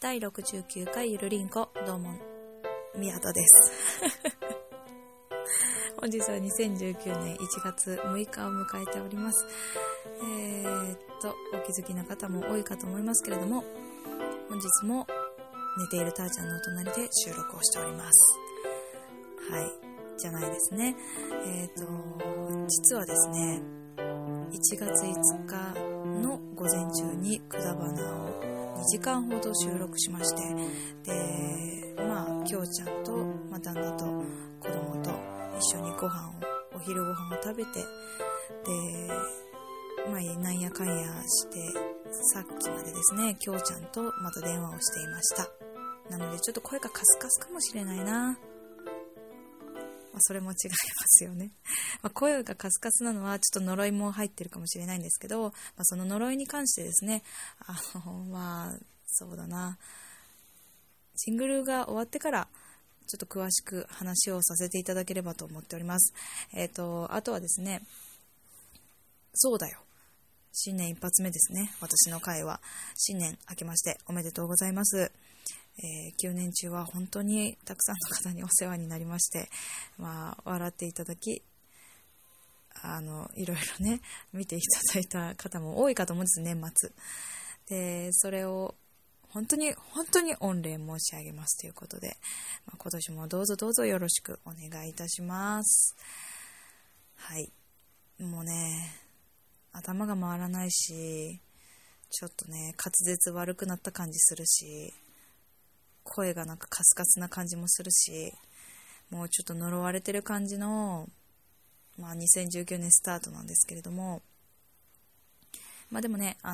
第69回ゆるりんこ、どうも宮田です本日は2019年1月6日を迎えております。お気づきの方も多いかと思いますけれども、本日も寝ているたーちゃんのお隣で収録をしております。はいじゃないですね。実はですね、1月5日の午前中にくだばなを2時間ほど収録しまして、できょうちゃんと、旦那と子供と一緒にお昼ご飯を食べて、でなんやかんやしてさっきまでですね、きょうちゃんとまた電話をしていました。なのでちょっと声がカスカスかもしれないな。それも違いますよね。声がカスカスなのはちょっと呪いも入ってるかもしれないんですけど、その呪いに関してですね、そうだな、シングルが終わってからちょっと詳しく話をさせていただければと思っております。あとはですね、そうだよ、新年一発目ですね。私の会は新年明けましておめでとうございます。9年中は本当にたくさんの方にお世話になりまして、笑っていただき、いろいろね見ていただいた方も多いかと思うんです。年末でそれを本当に御礼申し上げますということで、今年もどうぞよろしくお願いいたします。はい、もうね頭が回らないし、ちょっとね滑舌悪くなった感じするし、声がなんかカスカスな感じもするし、もうちょっと呪われてる感じの、2019年スタートなんですけれども、でもね、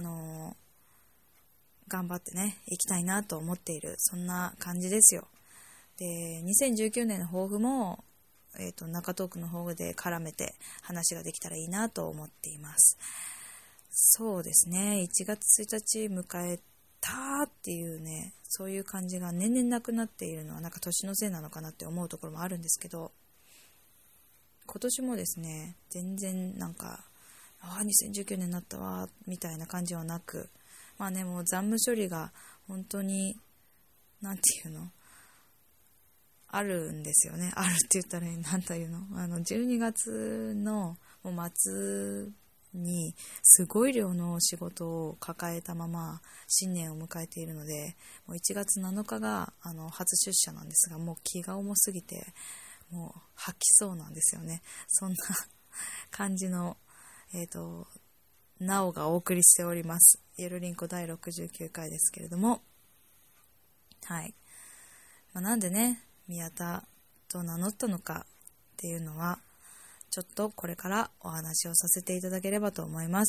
頑張ってね行きたいなと思っている、そんな感じですよ。で、2019年の抱負も、中トークの方で絡めて話ができたらいいなと思っています。そうですね、1月1日迎えたっていうね、そういう感じが年々なくなっているのはなんか年のせいなのかなって思うところもあるんですけど、今年もですね全然なんか2019年になったわみたいな感じはなく、もう残務処理が本当になんていうのあるんですよね。あるって言ったらなんというの、12月のもう末にすごい量の仕事を抱えたまま新年を迎えているので、もう1月7日が初出社なんですが、もう気が重すぎてもう吐きそうなんですよね。そんな感じのなおがお送りしております。ゆるりんこ第69回ですけれども、はい、なんでね宮田と名乗ったのかっていうのはちょっとこれからお話をさせていただければと思います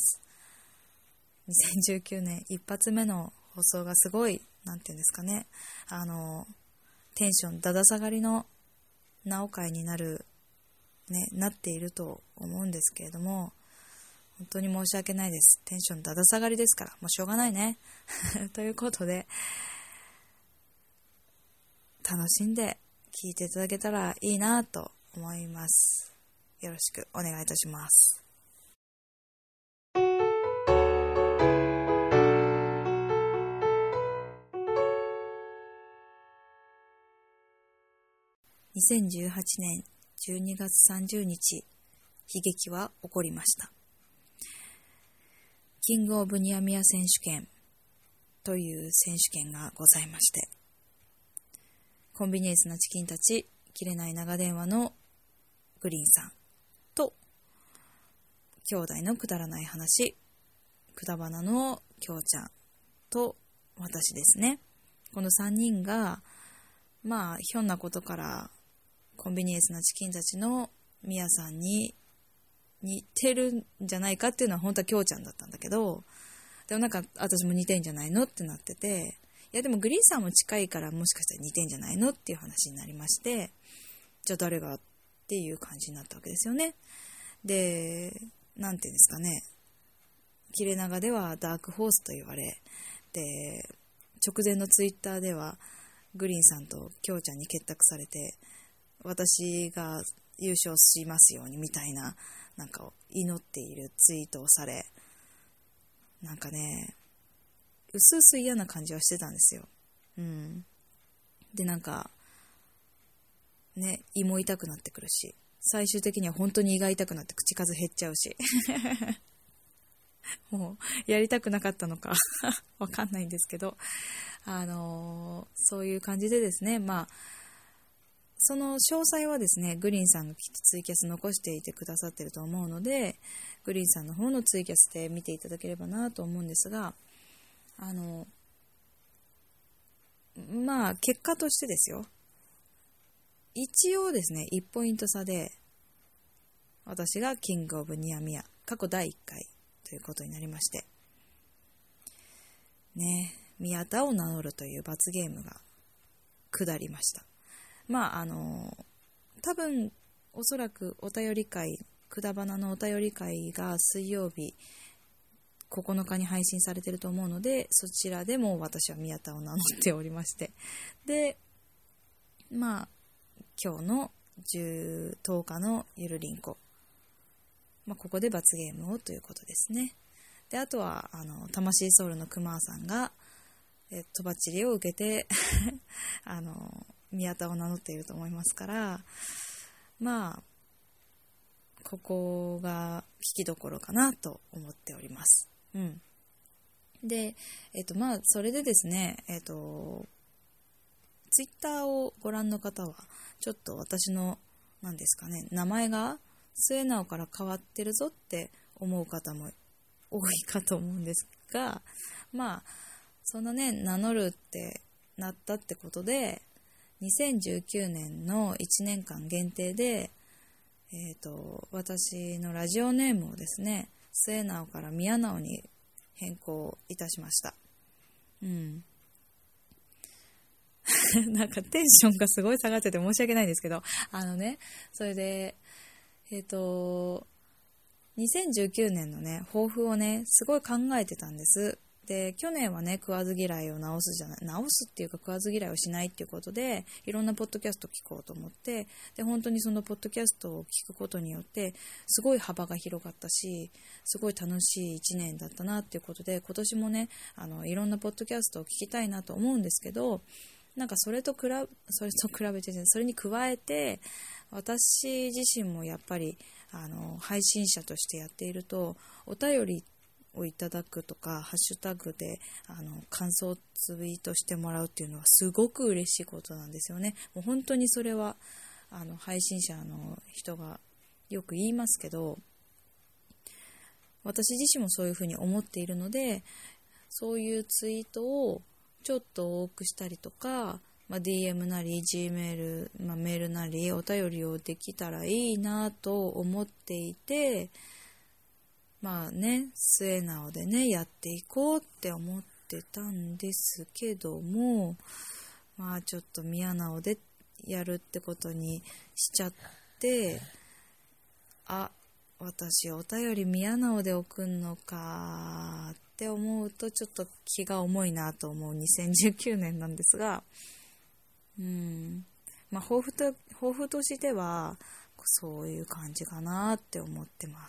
。2019年一発目の放送がすごいなんていうんですかね、テンションだだ下がりのなお会になっていると思うんですけれども、本当に申し訳ないです。テンションだだ下がりですからもうしょうがないねということで、楽しんで聞いていただけたらいいなと思います。よろしくお願いいたします。2018年12月30日、悲劇は起こりました。キングオブニアミヤ選手権という選手権がございまして、コンビニエンスなチキンたち、切れない長電話のグリーンさんと、兄弟のくだらない話、くだばなのきょうちゃんと私ですね。この3人がひょんなことからコンビニエンスなチキンたちのミヤさんに似てるんじゃないかっていうのは本当はきょうちゃんだったんだけど、でも私も似てんじゃないのってなってて、いやでもグリーンさんも近いからもしかしたら似てんじゃないのっていう話になりまして、じゃあ誰がっていう感じになったわけですよね。で、なんていうんですかね、切れ長ではダークホースと言われ、で直前のツイッターではグリーンさんときょうちゃんに結託されて、私が優勝しますようにみたいな、なんか祈っているツイートをされ、なんかねうすうす嫌な感じはしてたんですよ。 でなんかね、胃も痛くなってくるし、最終的には本当に胃が痛くなって口数減っちゃうしもうやりたくなかったのかわかんないんですけど、そういう感じでですね、その詳細はですね、グリーンさんがきっとツイキャス残していてくださってると思うので、グリーンさんの方のツイキャスで見ていただければなと思うんですが、結果としてですよ、一応ですね、1ポイント差で私がキングオブニアミヤ過去第1回ということになりましてね、宮田を名乗るという罰ゲームが下りました。多分おそらくお便り会、くだばなのお便り会が水曜日9日に配信されていると思うので、そちらでも私は宮田を名乗っておりまして、で今日の10日のゆるりんこ、ここで罰ゲームをということですね。であとは魂ソウルのくまーさんがとばっちりを受けて宮田を名乗っていると思いますから、ここが聞きどころかなと思っております。でそれでですね、ツイッターをご覧の方はちょっと私の何ですかね、名前が末直から変わってるぞって思う方も多いかと思うんですが、そんなね、名乗るってなったってことで、2019年の1年間限定で、私のラジオネームをですね、末直から宮直に変更いたしました。なんかテンションがすごい下がってて申し訳ないんですけど、それで2019年のね、抱負をね、すごい考えてたんです。で、去年はね、食わず嫌いを直すっていうか食わず嫌いをしないっていうことで、いろんなポッドキャスト聞こうと思って、で、本当にそのポッドキャストを聞くことによって、すごい幅が広がったし、すごい楽しい1年だったなっていうことで、今年もね、いろんなポッドキャストを聞きたいなと思うんですけど、なんかそれに加えて、私自身もやっぱり配信者としてやっていると、お便りをいただくとかハッシュタグで感想をツイートしてもらうっていうのはすごく嬉しいことなんですよね。もう本当にそれは配信者の人がよく言いますけど、私自身もそういうふうに思っているので、そういうツイートをちょっと多くしたりとか、DM なり Gmail、メールなりお便りをできたらいいなと思っていて、末直でね、やっていこうって思ってたんですけども、ちょっと宮直でやるってことにしちゃって、私お便り宮直で送んのかって思うと、ちょっと気が重いなと思う2019年なんですが、抱負としてはそういう感じかなって思ってます。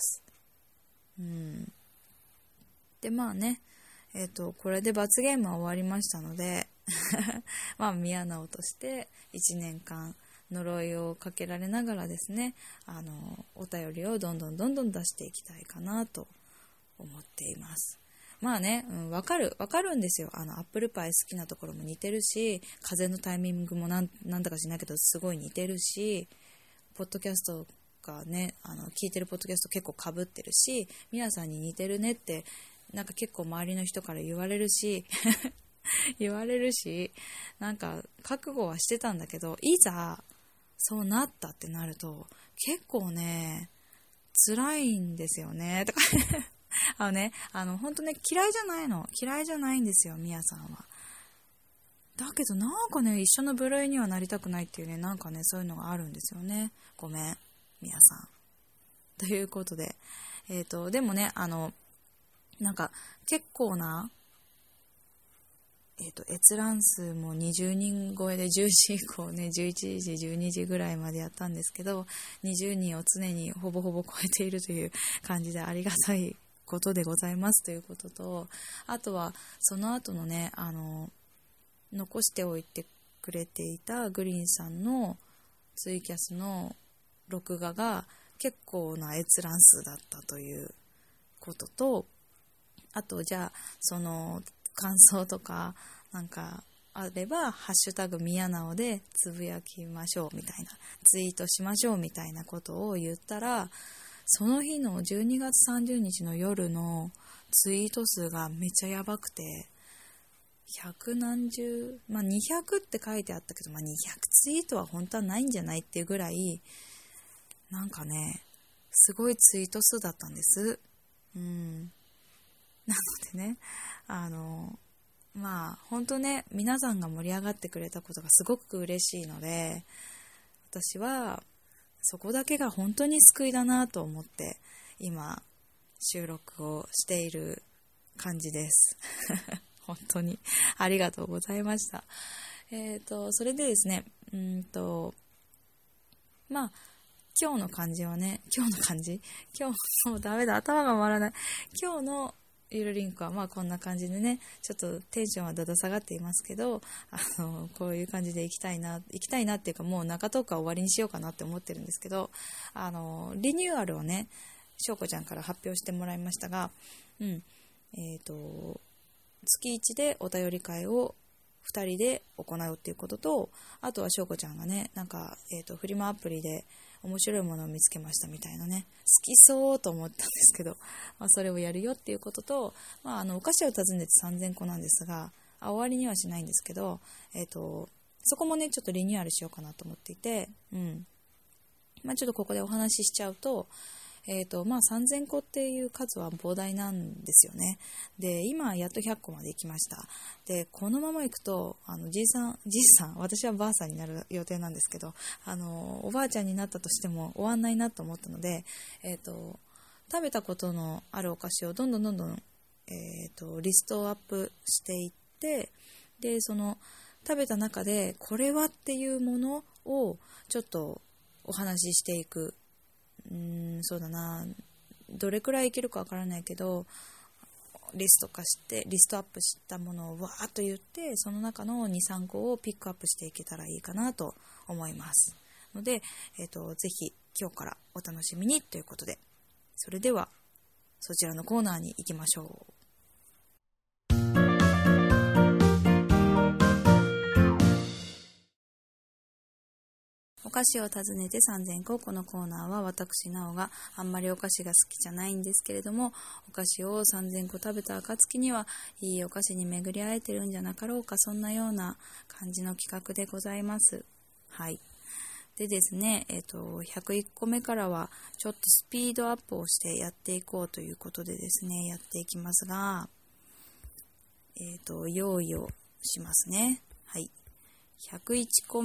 でこれで罰ゲームは終わりましたので宮直として1年間呪いをかけられながらですね、お便りをどんどん出していきたいかなと思っています。わかるんですよ。アップルパイ好きなところも似てるし、風のタイミングもなんだかしないけどすごい似てるし、ポッドキャストがね、聞いてるポッドキャスト結構被ってるし、皆さんに似てるねってなんか結構周りの人から言われるしなんか覚悟はしてたんだけど、いざそうなったってなると結構ね辛いんですよねとか本当ね、嫌いじゃないんですよ、みやさんは。だけどなんかね、一緒の部類にはなりたくないっていうね、なんかね、そういうのがあるんですよね。ごめん、みやさん。ということで、でもね、なんか結構な、閲覧数も20人超えで10時以降ね、11時、12時ぐらいまでやったんですけど、20人を常にほぼほぼ超えているという感じでありがたいことでございますということと、あとはその後のね、 残しておいてくれていたグリーンさんのツイキャスの録画が結構な閲覧数だったということと、あとじゃあその感想とかなんかあればハッシュタグみやなおでつぶやきましょうみたいな、ツイートしましょうみたいなことを言ったら、その日の12月30日の夜のツイート数がめっちゃやばくて、百何十、200って書いてあったけど、200ツイートは本当はないんじゃないっていうぐらい、なんかね、すごいツイート数だったんです。なのでね、本当ね、皆さんが盛り上がってくれたことがすごく嬉しいので、私はそこだけが本当に救いだなと思って今収録をしている感じです本当にありがとうございました。それでですね、今日の漢字はね、今日もうダメだ、頭が回らない。今日のゆるりんこはこんな感じでね、ちょっとテンションはだだ下がっていますけど、こういう感じで行きたいなっていうか、もう中トークは終わりにしようかなって思ってるんですけど、リニューアルをね、しょうこちゃんから発表してもらいましたが、月1でお便り会を2人で行うっていうことと、あとはしょうこちゃんがね、フリマアプリで面白いものを見つけましたみたいなね、好きそうと思ったんですけど、それをやるよっていうことと、お菓子を訪ねて3000個なんですが、終わりにはしないんですけど、そこもねちょっとリニューアルしようかなと思っていて、ちょっとここでお話ししちゃうと、3000個っていう数は膨大なんですよね。で、今やっと100個まで行きました。で、このまま行くと、じいさん、私はばあさんになる予定なんですけど、おばあちゃんになったとしても終わんないなと思ったので、食べたことのあるお菓子をどんどん、リストをアップしていって、で、その食べた中でこれはっていうものをちょっとお話ししていく。そうだな、どれくらいいけるかわからないけど、リストアップしたものをわーっと言って、その中の 2,3 個をピックアップしていけたらいいかなと思いますので、ぜひ今日からお楽しみにということで、それではそちらのコーナーに行きましょう。お菓子を訪ねて3000個。このコーナーは私なおがあんまりお菓子が好きじゃないんですけれども、お菓子を3000個食べた暁にはいいお菓子に巡り会えてるんじゃなかろうか、そんなような感じの企画でございます。はい。でですね、101個目からはちょっとスピードアップをしてやっていこうということでですね、やっていきますが、用意をしますね。はい。101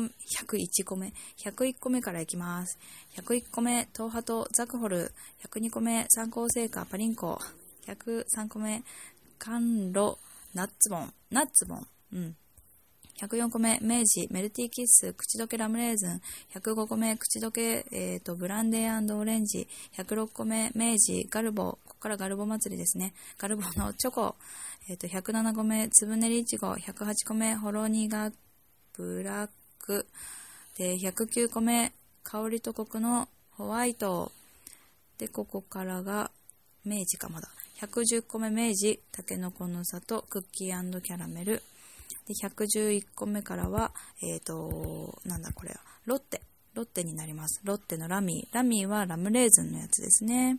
個目からいきます。101個目、東ハトザクホル。102個目、三幸製菓パリンコ。103個目、甘露ナッツボン。104個目、明治メルティーキッス口どけラムレーズン。105個目、口どけ、ブランデー&オレンジ。106個目、明治ガルボ。ここからガルボ祭りですね。ガルボのチョコ。107個目、つぶねりいちご。108個目、ほろ苦ブラックで、109個目香りとコクのホワイトで、ここからが明治か。まだ110個目明治たけのこの里クッキー&キャラメルで、111個目からはなんだこれはロッテになります。ロッテのラミーはラムレーズンのやつですね。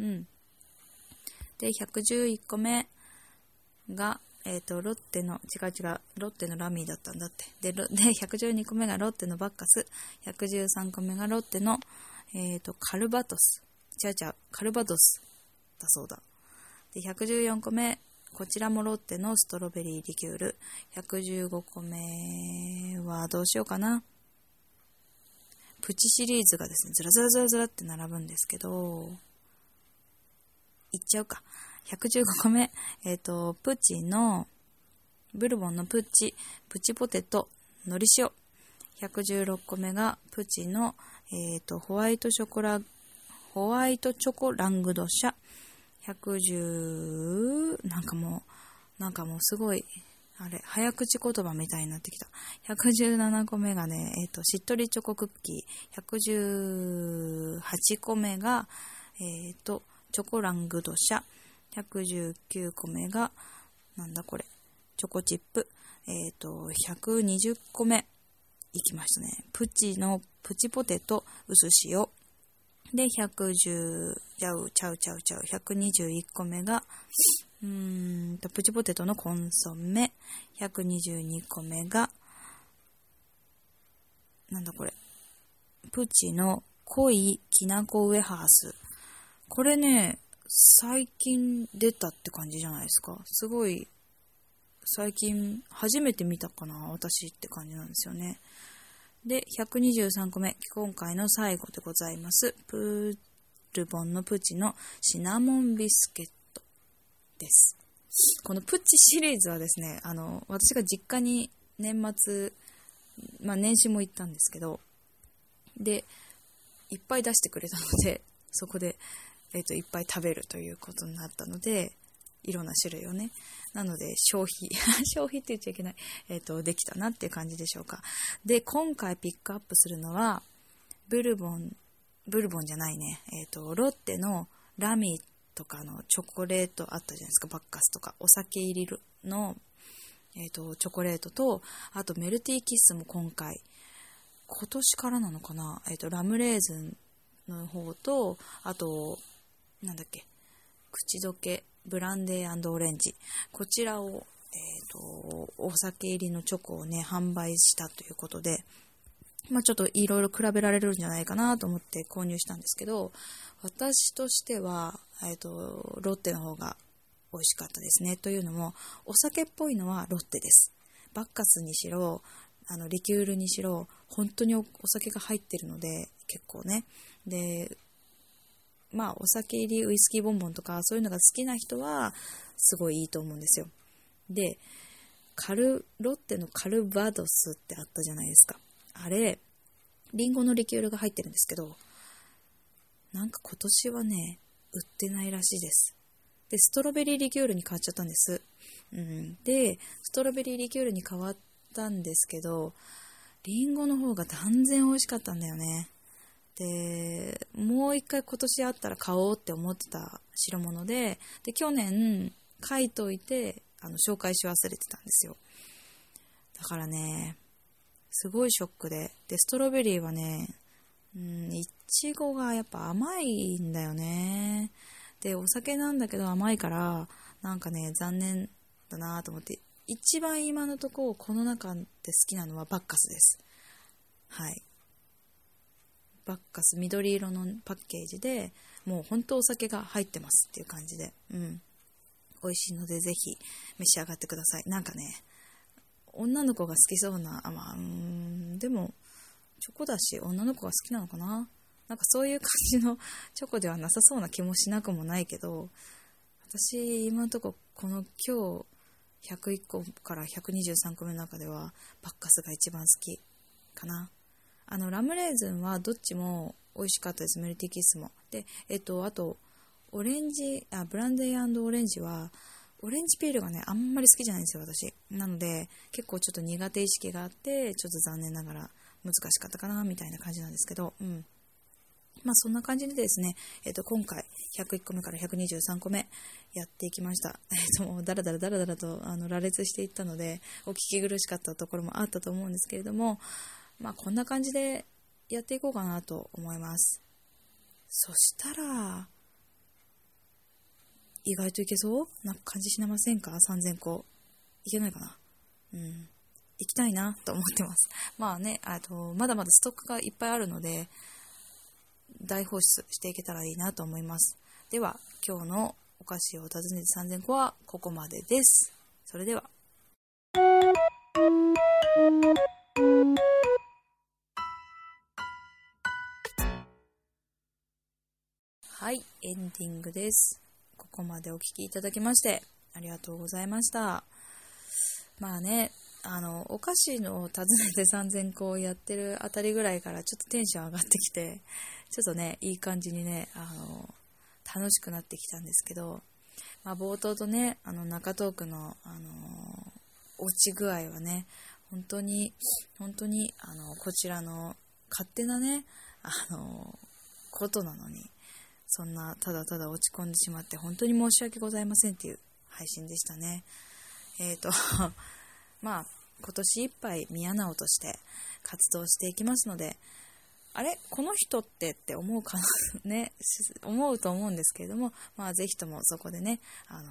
で、111個目がロッテのロッテのラミーだったんだって。で、112個目がロッテのバッカス。113個目がロッテの、カルバトス。カルバトスだそうだ。で、114個目、こちらもロッテのストロベリーリキュール。115個目はどうしようかな。プチシリーズがですね、ずらって並ぶんですけど、いっちゃうか。115個目、プチのブルボンのプチポテトのり塩。116個目がプチの、ホワイトチョコラングドシャ。110なんかもうすごいあれ、早口言葉みたいになってきた。117個目がね、しっとりチョコクッキー。118個目が、チョコラングドシャ。119個目が、なんだこれ、チョコチップ。120個目。いきましたね。プチポテト薄塩。で、121個目が、プチポテトのコンソメ。122個目が、なんだこれ。プチの濃いきなこウェハース。これね、最近出たって感じじゃないですか。すごい、最近初めて見たかな、私って感じなんですよね。で、123個目、今回の最後でございます。プルボンのプチのシナモンビスケットです。このプチシリーズはですね、私が実家に年末、年始も行ったんですけど、で、いっぱい出してくれたので、そこで、いっぱい食べるということになったので、いろんな種類をね。なので、消費って言っちゃいけない。できたなっていう感じでしょうか。で、今回ピックアップするのは、ブルボンじゃないね。ロッテのラミとかのチョコレートあったじゃないですか。バッカスとか。お酒入りの、チョコレートと、あとメルティーキッスも今年からなのかな。ラムレーズンの方と、あと、なんだっけ。口どけ。ブランデー&オレンジ。こちらを、お酒入りのチョコをね、販売したということで、ちょっといろいろ比べられるんじゃないかなと思って購入したんですけど、私としては、ロッテの方が美味しかったですね。というのも、お酒っぽいのはロッテです。バッカスにしろ、リキュールにしろ、本当にお酒が入ってるので、結構ね。で、お酒入りウイスキーボンボンとかそういうのが好きな人はすごいいいと思うんですよ。で、ロッテのカルバドスってあったじゃないですか。あれ、リンゴのリキュールが入ってるんですけど、なんか今年はね、売ってないらしいです。で、ストロベリーリキュールに変わっちゃったんです。で、ストロベリーリキュールに変わったんですけど、リンゴの方が断然美味しかったんだよね。で、もう一回今年あったら買おうって思ってた代物で、去年書いといて紹介し忘れてたんですよ。だからね、すごいショックで、ストロベリーはね、いちごがやっぱ甘いんだよね。で、お酒なんだけど甘いから、なんかね、残念だなと思って、一番今のところこの中で好きなのはバッカスです。はい。バッカス緑色のパッケージで、もう本当お酒が入ってますっていう感じで、美味しいのでぜひ召し上がってください。なんかね、女の子が好きそうな、でもチョコだし女の子が好きなのかな。なんかそういう感じのチョコではなさそうな気もしなくもないけど、私今のところこの今日101個から123個目の中ではバッカスが一番好きかな。ラムレーズンはどっちも美味しかったです。メルティキッスも。で、あと、ブランデー&オレンジは、オレンジピールがね、あんまり好きじゃないんですよ、私。なので、結構ちょっと苦手意識があって、ちょっと残念ながら難しかったかな、みたいな感じなんですけど、そんな感じでですね、今回、101個目から123個目、やっていきました。もうだらだらと、羅列していったので、お聞き苦しかったところもあったと思うんですけれども、こんな感じでやっていこうかなと思います。そしたら、意外といけそうな感じしませんか ?3000 個。いけないかな。行きたいなと思ってます。まだまだストックがいっぱいあるので、大放出していけたらいいなと思います。では、今日のお菓子を訪ねて3000個はここまでです。それでは。はい、エンディングです。ここまでお聞きいただきましてありがとうございました。お菓子の訪ねて3000個をやってるあたりぐらいからちょっとテンション上がってきて、ちょっとね、いい感じにね、楽しくなってきたんですけど、冒頭とね、中トークの、 落ち具合はね、本当にこちらの勝手なねことなのに、そんなただただ落ち込んでしまって本当に申し訳ございませんっていう配信でしたね。まあ今年いっぱい宮直として活動していきますので、あれこの人って思うかなね、思うと思うんですけれども、まあぜひともそこでね、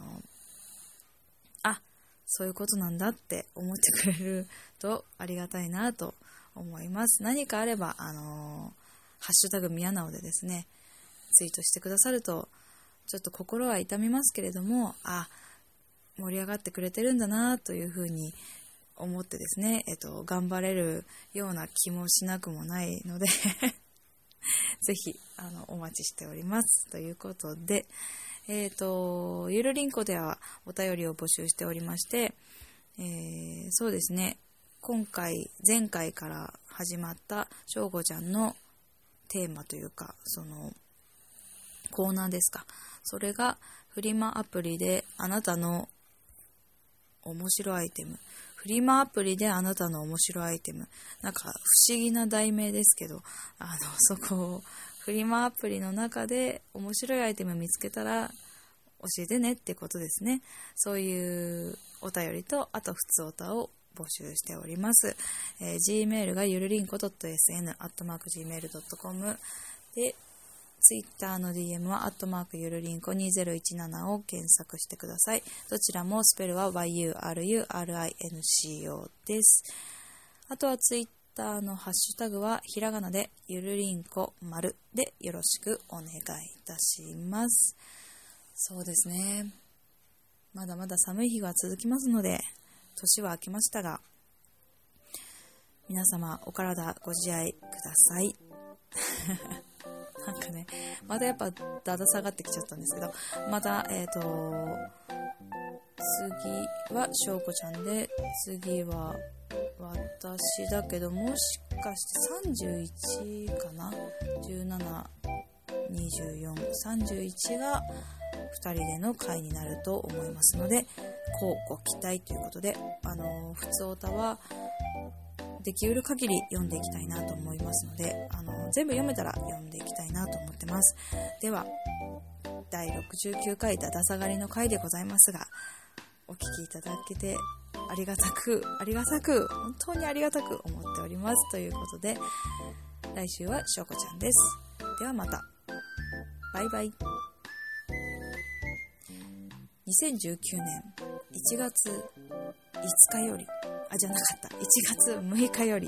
そういうことなんだって思ってくれるとありがたいなと思います。何かあればハッシュタグ宮直でですねツイートしてくださると、ちょっと心は痛みますけれども、盛り上がってくれてるんだなというふうに思ってですね、頑張れるような気もしなくもないのでぜひお待ちしておりますということで、ゆるりんこではお便りを募集しておりまして、そうですね、前回から始まったしょうごちゃんのテーマというか、そのコーナーですか、それがフリマアプリであなたの面白アイテム、フリマアプリであなたの面白アイテム、なんか不思議な題名ですけど、そこをフリマアプリの中で面白いアイテム見つけたら教えてねってことですね。そういうお便りと、あと普通おたを募集しております。Gmail がゆるりんこ .sn@gmail.com で、Twitter の DM はゆるりんこ2017を検索してください。どちらもスペルは yururinco です。あとは Twitterのハッシュタグはひらがなでゆるりんこ丸でよろしくお願いいたします。そうですね、まだまだ寒い日が続きますので、年は明けましたが皆様お体ご自愛くださいなんかね、またやっぱだだ下がってきちゃったんですけど、また次はしょうこちゃんで、次は私だけど、もしかして31かな、17、24、31が2人での回になると思いますので、こうご期待ということで、普通おたはできうる限り読んでいきたいなと思いますので、全部読めたら読んでいきたいなと思ってます。では第69回だだ下がりの回でございますが、お聞きいただけてありがたく本当にありがたく思っておりますということで、来週はしょうこちゃんです。ではまた、バイバイ。2019年1月5日よりじゃなかった1月6日より、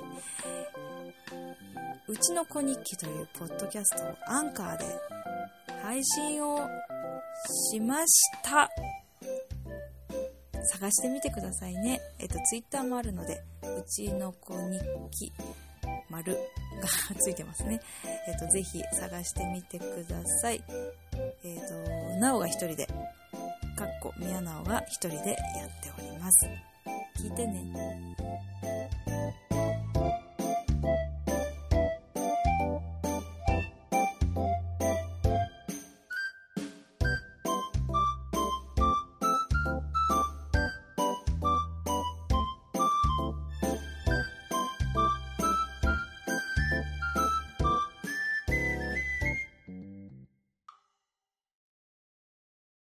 うちの子日記というポッドキャストをアンカーで配信をしました。探してみてくださいね。ツイッターもあるので、うちの子日記丸がついてますね。ぜひ探してみてください。なおが一人で、宮直が一人でやっております。聞いてね。